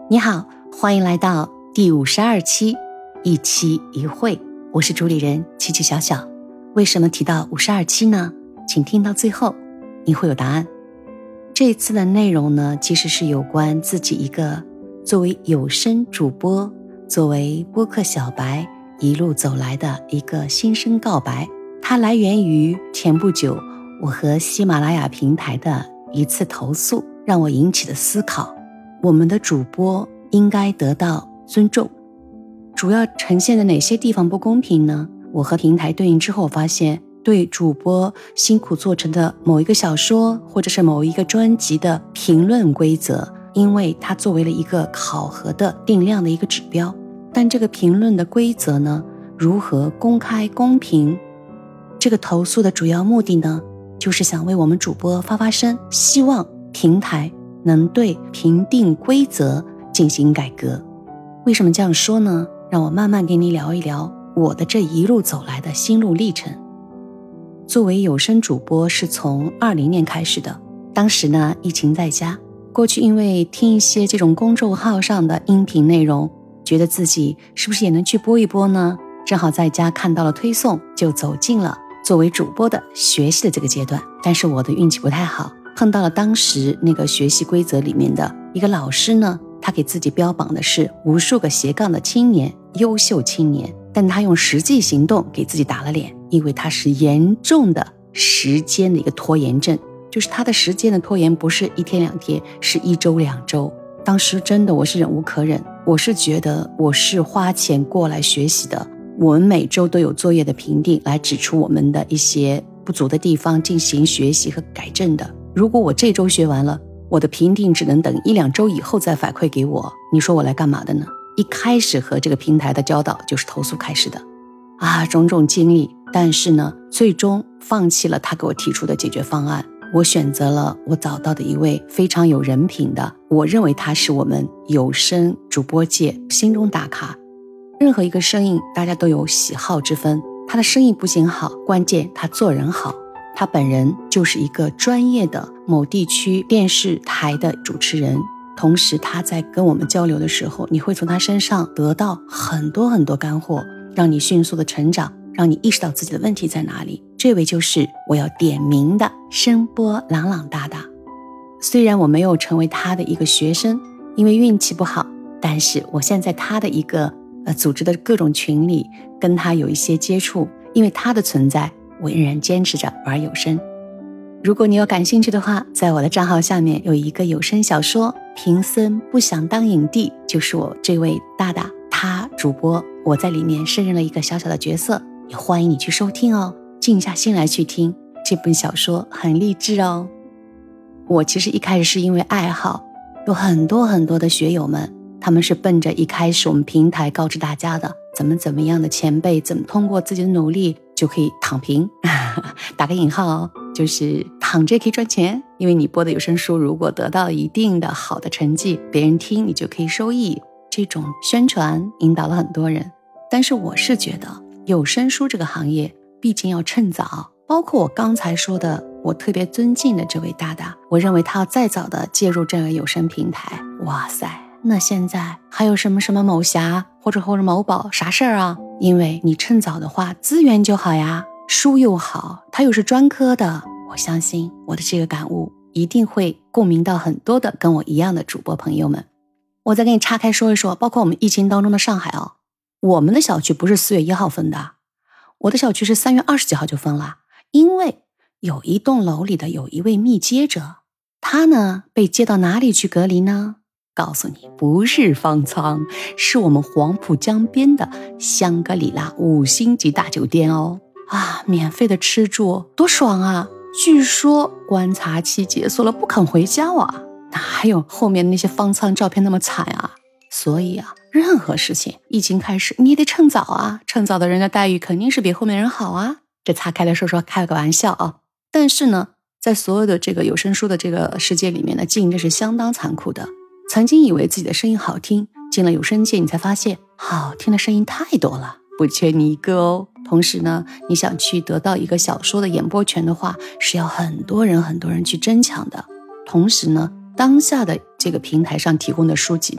你好，欢迎来到第52期一期一会，我是主理人七七小小。为什么提到52期呢？请听到最后，你会有答案。这一次的内容呢，其实是有关自己一个作为有声主播，作为播客小白一路走来的一个心声告白。它来源于前不久我和喜马拉雅平台的一次投诉，让我引起的思考。我们的主播应该得到尊重，主要呈现的哪些地方不公平呢？我和平台对应之后发现，对主播辛苦做成的某一个小说或者是某一个专辑的评论规则，因为它作为了一个考核的定量的一个指标，但这个评论的规则呢，如何公开公平？这个投诉的主要目的呢，就是想为我们主播发发声，希望平台能对评定规则进行改革。为什么这样说呢？让我慢慢给你聊一聊我的这一路走来的心路历程。作为有声主播是从20年开始的，当时呢疫情在家，过去因为听一些这种公众号上的音频内容，觉得自己是不是也能去播一播呢？正好在家看到了推送，就走进了作为主播的学习的这个阶段。但是我的运气不太好，碰到了当时那个学习规则里面的一个老师呢，他给自己标榜的是无数个斜杠的青年，优秀青年，但他用实际行动给自己打了脸，因为他是严重的时间的一个拖延症，就是他的时间的拖延不是1天2天，是1周2周。当时真的我是忍无可忍，我是觉得我是花钱过来学习的，我们每周都有作业的评定来指出我们的一些不足的地方进行学习和改正的。如果我这周学完了，我的评定只能等1、2周以后再反馈给我，你说我来干嘛的呢？一开始和这个平台的交道就是投诉开始的种种经历，但是呢最终放弃了他给我提出的解决方案，我选择了我找到的一位非常有人品的，我认为他是我们有声主播界心中大咖。任何一个声音大家都有喜好之分，他的声音不仅好，关键他做人好。他本人就是一个专业的某地区电视台的主持人，同时他在跟我们交流的时候，你会从他身上得到很多很多干货，让你迅速的成长，让你意识到自己的问题在哪里。这位就是我要点名的声波朗朗大大。虽然我没有成为他的一个学生，因为运气不好，但是我现在他的一个组织的各种群里跟他有一些接触，因为他的存在，我仍然坚持着玩有声。如果你有感兴趣的话，在我的账号下面有一个有声小说贫僧不想当影帝，就是我这位大大他主播，我在里面胜任了一个小小的角色，也欢迎你去收听哦，静下心来去听，这本小说很励志哦。我其实一开始是因为爱好，有很多很多的学友们，他们是奔着一开始我们平台告知大家的怎么样的前辈怎么通过自己的努力就可以躺平打个引号哦，就是躺着也可以赚钱，因为你播的有声书如果得到一定的好的成绩，别人听你就可以收益，这种宣传引导了很多人。但是我是觉得有声书这个行业毕竟要趁早，包括我刚才说的我特别尊敬的这位大大，我认为他要再早的介入这个有声平台，哇塞，那现在还有什么某侠或者某宝啥事儿啊？因为你趁早的话资源就好呀，书又好，它又是专科的，我相信我的这个感悟一定会共鸣到很多的跟我一样的主播朋友们。我再给你岔开说一说，包括我们疫情当中的上海我们的小区不是4月1号分的，我的小区是3月20几号就分了，因为有一栋楼里的有一位密接者，他呢被接到哪里去隔离呢？告诉你，不是方舱，是我们黄浦江边的香格里拉5星级大酒店哦。免费的吃住，多爽啊！据说观察期解锁了不肯回家哪有后面那些方舱照片那么惨啊？所以任何事情疫情开始你也得趁早趁早的人的待遇肯定是比后面人好这岔开来说开了个玩笑但是呢，在所有的这个有声书的这个世界里面呢，竞争是相当残酷的。曾经以为自己的声音好听，进了有声界你才发现好听的声音太多了，不缺你一个哦。同时呢，你想去得到一个小说的演播权的话，是要很多人去争抢的。同时呢，当下的这个平台上提供的书籍呢，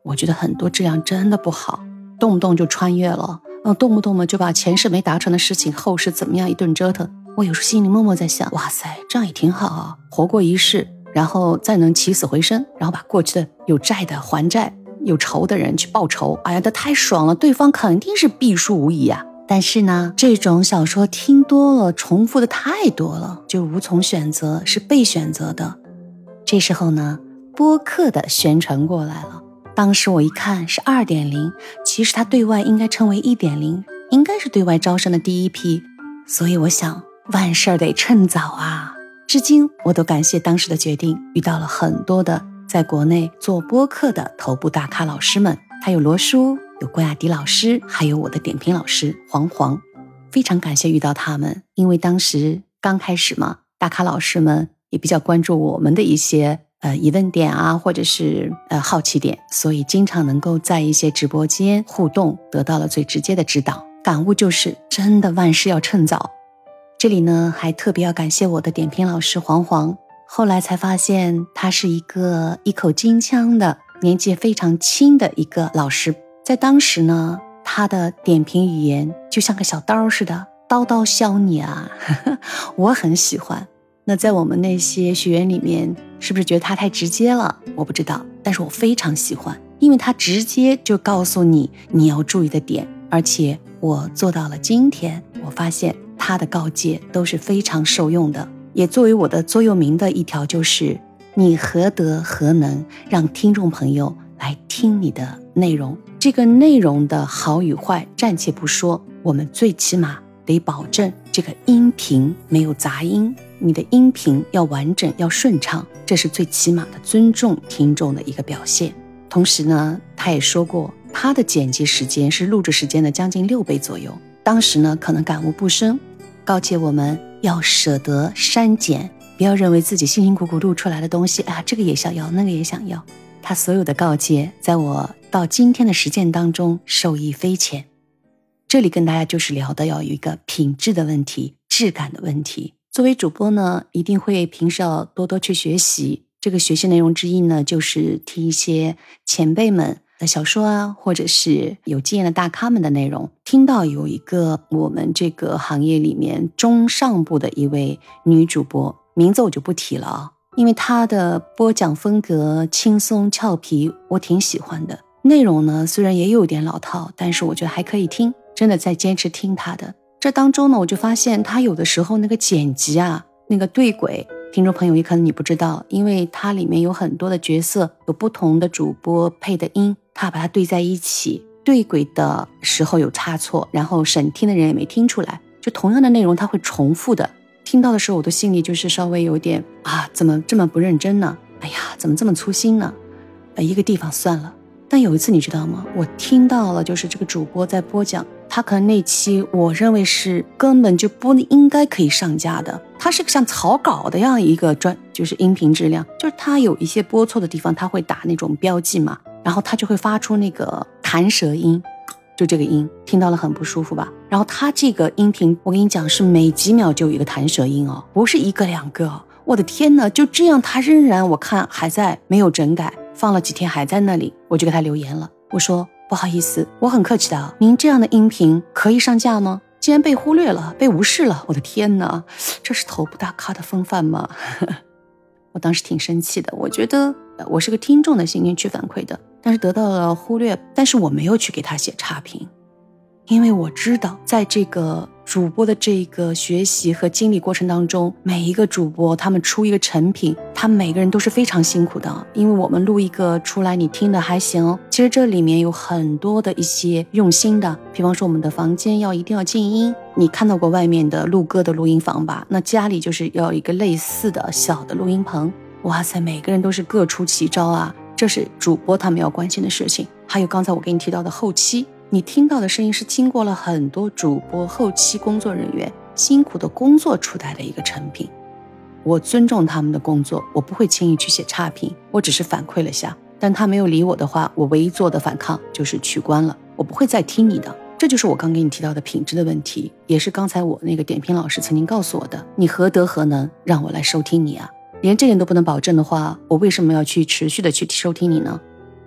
我觉得很多质量真的不好，动不动就穿越了，动不动嘛就把前世没达成的事情后世怎么样一顿折腾。我有时心里默默在想，哇塞，这样也挺好啊，活过一世，然后再能起死回生，然后把过去的有债的还债，有仇的人去报仇，哎呀，这太爽了，对方肯定是必输无疑啊。但是呢，这种小说听多了，重复的太多了，就无从选择，是被选择的。这时候呢，播客的宣传过来了。当时我一看是 2.0， 其实它对外应该称为 1.0， 应该是对外招生的第一批，所以我想万事得趁早啊。至今我都感谢当时的决定，遇到了很多的在国内做播客的头部大咖老师们，还有罗叔，有关雅迪老师，还有我的点评老师黄，非常感谢遇到他们，因为当时刚开始嘛，大咖老师们也比较关注我们的一些疑问点啊，或者是好奇点，所以经常能够在一些直播间互动，得到了最直接的指导。感悟就是真的万事要趁早。这里呢还特别要感谢我的点评老师黄，后来才发现他是一个一口京腔的年纪非常轻的一个老师，在当时呢他的点评语言就像个小刀似的，刀刀削你啊我很喜欢。那在我们那些学员里面，是不是觉得他太直接了？我不知道，但是我非常喜欢，因为他直接就告诉你你要注意的点，而且我做到了今天，我发现他的告诫都是非常受用的。也作为我的座右铭的一条，就是你何德何能让听众朋友来听你的内容？这个内容的好与坏暂且不说，我们最起码得保证这个音频没有杂音，你的音频要完整要顺畅，这是最起码的尊重听众的一个表现。同时呢，他也说过他的剪辑时间是录制时间的将近6倍左右，当时呢可能感悟不深，告诫我们要舍得删减，不要认为自己辛辛苦苦录出来的东西，这个也想要，那个也想要。他所有的告诫在我到今天的实践当中受益匪浅。这里跟大家就是聊的要有一个品质的问题，质感的问题。作为主播呢，一定会平时要多多去学习，这个学习内容之一呢，就是听一些前辈们的小说啊，或者是有经验的大咖们的内容。听到有一个我们这个行业里面中上部的一位女主播，名字我就不提了啊，因为她的播讲风格轻松俏皮，我挺喜欢的。内容呢虽然也有点老套，但是我觉得还可以听，真的在坚持听她的。这当中呢，我就发现她有的时候那个剪辑啊，那个对轨，听众朋友也可能你不知道，因为它里面有很多的角色，有不同的主播配的音，他把它对在一起，对轨的时候有差错，然后审听的人也没听出来，就同样的内容它会重复的，听到的时候我的心里就是稍微有点怎么这么不认真呢？哎呀，怎么这么粗心呢？一个地方算了。但有一次你知道吗，我听到了就是这个主播在播讲，他可能那期我认为是根本就不应该可以上架的，它是个像草稿的样一个就是音频质量，就是它有一些播错的地方，它会打那种标记嘛，然后它就会发出那个弹舌音，就这个音听到了很不舒服吧。然后它这个音频我跟你讲是每几秒就有一个弹舌音哦，不是一个两个，我的天哪，就这样它仍然我看还在没有整改，放了几天还在那里，我就给他留言了，我说不好意思，我很客气的，您这样的音频可以上架吗？竟然被忽略了，被无视了，我的天哪，这是头部大咖的风范吗？我当时挺生气的，我觉得我是个听众的心情去反馈的，但是得到了忽略，但是我没有去给他写差评，因为我知道在这个主播的这个学习和经历过程当中，每一个主播他们出一个成品，他们每个人都是非常辛苦的，因为我们录一个出来你听的还行，其实这里面有很多的一些用心的，比方说我们的房间一定要静音，你看到过外面的录歌的录音房吧，那家里就是要一个类似的小的录音棚，哇塞，每个人都是各出奇招啊，这是主播他们要关心的事情。还有刚才我给你提到的后期，你听到的声音是经过了很多主播后期工作人员辛苦的工作出来的一个成品，我尊重他们的工作，我不会轻易去写差评，我只是反馈了下，但他没有理我的话，我唯一做的反抗就是取关了，我不会再听你的。这就是我刚给你提到的品质的问题，也是刚才我那个点评老师曾经告诉我的，你何德何能让我来收听你啊？连这点都不能保证的话，我为什么要去持续的去收听你呢？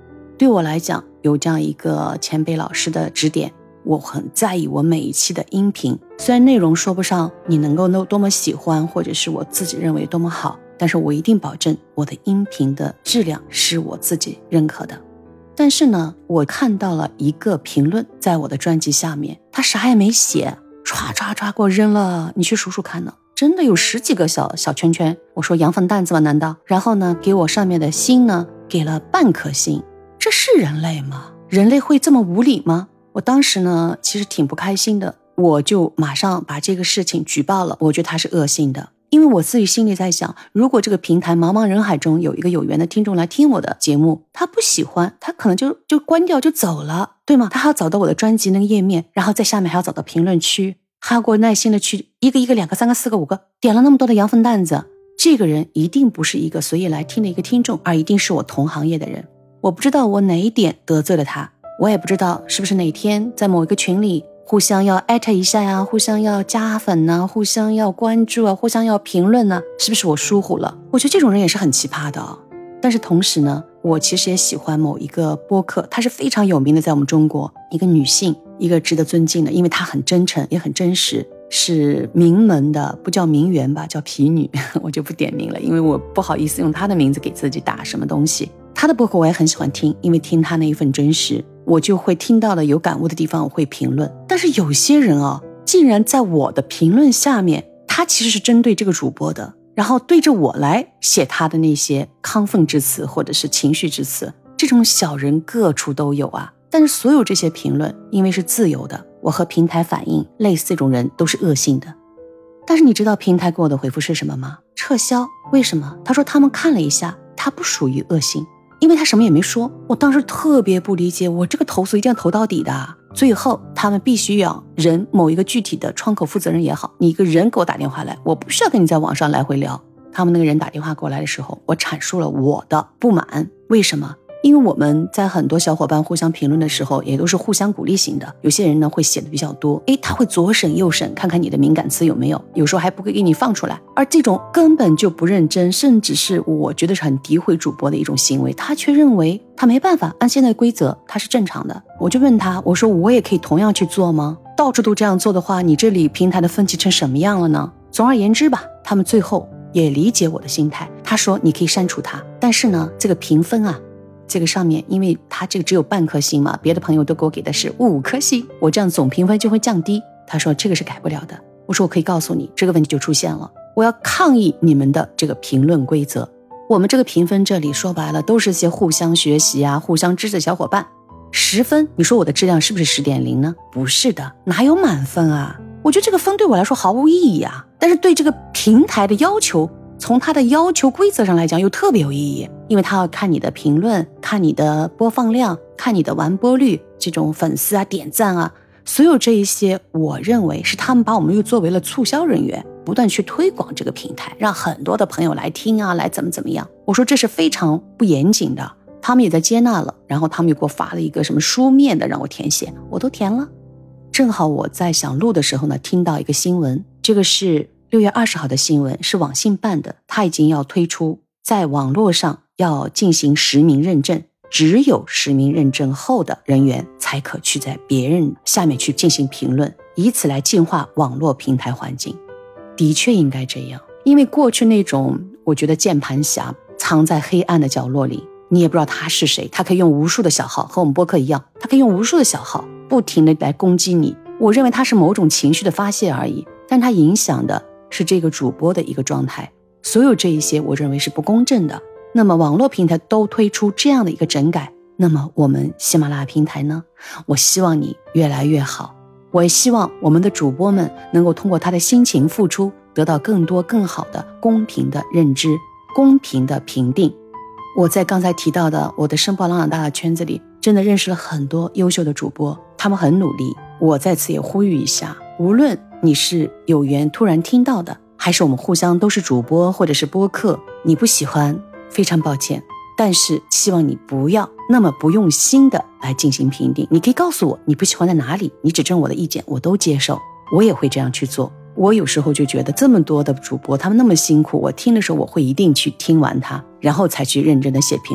对我来讲，有这样一个前辈老师的指点，我很在意我每一期的音频，虽然内容说不上你能够多么喜欢，或者是我自己认为多么好，但是我一定保证我的音频的质量是我自己认可的。但是呢，我看到了一个评论在我的专辑下面，他啥也没写，唰唰唰给我扔了，你去数数看呢，真的有10几个小圈圈。我说羊粪蛋子吗？难道？然后呢，给我上面的星呢，给了半颗星。这是人类吗？人类会这么无理吗？我当时呢，其实挺不开心的，我就马上把这个事情举报了。我觉得他是恶性的，因为我自己心里在想，如果这个平台茫茫人海中有一个有缘的听众来听我的节目，他不喜欢，他可能就关掉就走了，对吗？他还要找到我的专辑那个页面，然后在下面还要找到评论区，还要给我耐心的去一个2个3个4个5个点了那么多的羊粪蛋子，这个人一定不是一个随意来听的一个听众，而一定是我同行业的人。我不知道我哪一点得罪了他，我也不知道是不是哪天在某一个群里互相要艾特一下呀，互相要加粉啊，互相要关注啊，互相要评论啊，是不是我疏忽了？我觉得这种人也是很奇葩的。但是同时呢，我其实也喜欢某一个播客，她是非常有名的，在我们中国一个女性，一个值得尊敬的，因为她很真诚也很真实，是名门的，不叫名媛吧，叫皮女我就不点名了，因为我不好意思用她的名字给自己打什么东西。她的播客我也很喜欢听，因为听她那一份真实，我就会听到了有感悟的地方我会评论。但是有些人竟然在我的评论下面，他其实是针对这个主播的，然后对着我来写他的那些亢奋之词或者是情绪之词，这种小人各处都有啊。但是所有这些评论因为是自由的，我和平台反映类似这种人都是恶性的。但是你知道平台给我的回复是什么吗？撤销。为什么？他说他们看了一下，他不属于恶性，因为他什么也没说。我当时特别不理解，我这个投诉一定要投到底的。最后他们必须要人某一个具体的窗口负责人也好，你一个人给我打电话来，我不需要跟你在网上来回聊。他们那个人打电话过来的时候，我阐述了我的不满。为什么？因为我们在很多小伙伴互相评论的时候也都是互相鼓励型的，有些人呢会写的比较多，他会左审右审，看看你的敏感词有没有，有时候还不会给你放出来。而这种根本就不认真，甚至是我觉得是很诋毁主播的一种行为，他却认为他没办法，按现在的规则他是正常的。我就问他，我说我也可以同样去做吗？到处都这样做的话，你这里平台的分歧成什么样了呢？总而言之吧，他们最后也理解我的心态，他说你可以删除他，但是呢这个评分这个上面因为他这个只有半颗星嘛，别的朋友都给我给的是5颗星，我这样总评分就会降低。他说这个是改不了的。我说我可以告诉你，这个问题就出现了，我要抗议你们的这个评论规则。我们这个评分这里说白了都是些互相学习互相支持小伙伴。10分，你说我的质量是不是 10.0 呢？不是的，哪有满分啊？我觉得这个分对我来说毫无意义但是对这个平台的要求，从他的要求规则上来讲又特别有意义，因为他要看你的评论，看你的播放量，看你的完播率，这种粉丝点赞所有这一些我认为是他们把我们又作为了促销人员，不断去推广这个平台，让很多的朋友来听来怎么样。我说这是非常不严谨的，他们也在接纳了，然后他们又给我发了一个什么书面的让我填写，我都填了。正好我在想录的时候呢，听到一个新闻，这个是6月20号的新闻，是网信办的，他已经要推出在网络上要进行实名认证，只有实名认证后的人员才可去在别人下面去进行评论，以此来净化网络平台环境。的确应该这样，因为过去那种我觉得键盘侠藏在黑暗的角落里，你也不知道他是谁，他可以用无数的小号，和我们播客一样，他可以用无数的小号不停的来攻击你。我认为他是某种情绪的发泄而已，但他影响的是这个主播的一个状态。所有这一些我认为是不公正的。那么网络平台都推出这样的一个整改，那么我们喜马拉雅平台呢？我希望你越来越好，我也希望我们的主播们能够通过他的辛勤付出，得到更多更好的公平的认知，公平的评定。我在刚才提到的我的声波朗朗大的圈子里，真的认识了很多优秀的主播，他们很努力。我在此也呼吁一下，无论你是有缘突然听到的，还是我们互相都是主播或者是播客，你不喜欢非常抱歉，但是希望你不要那么不用心的来进行评定。你可以告诉我你不喜欢在哪里，你指正我的意见我都接受，我也会这样去做。我有时候就觉得这么多的主播他们那么辛苦，我听的时候我会一定去听完它，然后才去认真的写评论。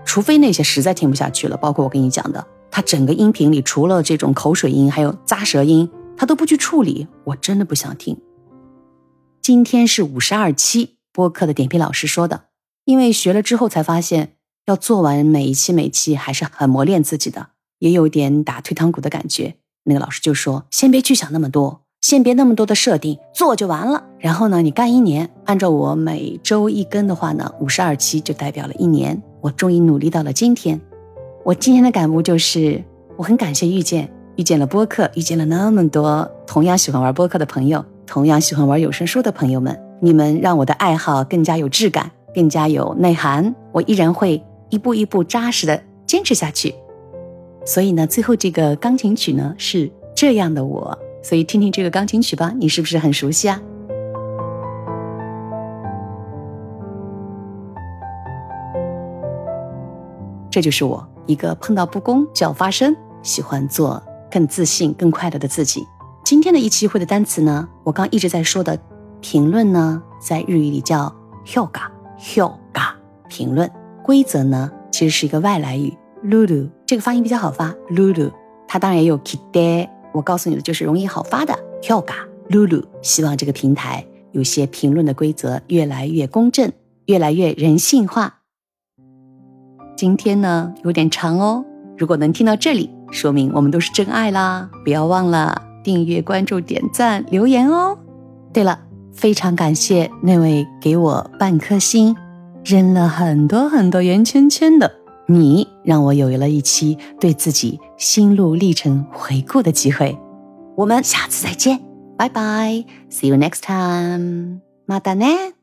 除非那些实在听不下去了，包括我跟你讲的，他整个音频里除了这种口水音还有咂舌音，他都不去处理，我真的不想听。今天是52期播客的点评老师说的，因为学了之后才发现要做完每一期还是很磨练自己的，也有点打退堂鼓的感觉。那个老师就说，先别去想那么多，先别那么多的设定，做就完了。然后呢，你干1年，按照我每周1更的话呢，52期就代表了1年。我终于努力到了今天。我今天的感悟就是，我很感谢遇见了播客，遇见了那么多同样喜欢玩播客的朋友，同样喜欢玩有声书的朋友们，你们让我的爱好更加有质感，更加有内涵，我依然会一步一步扎实的坚持下去。所以呢，最后这个钢琴曲呢是这样的我，所以听听这个钢琴曲吧，你是不是很熟悉啊？这就是我，一个碰到不公就要发声，喜欢做更自信更快乐的自己。今天的一期会的单词呢，我刚一直在说的评论呢，在日语里叫評価，评论。规则呢其实是一个外来语lulu， 这个发音比较好发 lulu， 它当然也有 kide， 我告诉你的就是容易好发的評価 lulu。 希望这个平台有些评论的规则越来越公正，越来越人性化。今天呢有点长哦，如果能听到这里，说明我们都是真爱啦，不要忘了订阅关注点赞留言哦。对了，非常感谢那位给我半颗心扔了很多圆圈圈的你，让我有了一期对自己心路历程回顾的机会。我们下次再见，拜拜， See you next time， またね。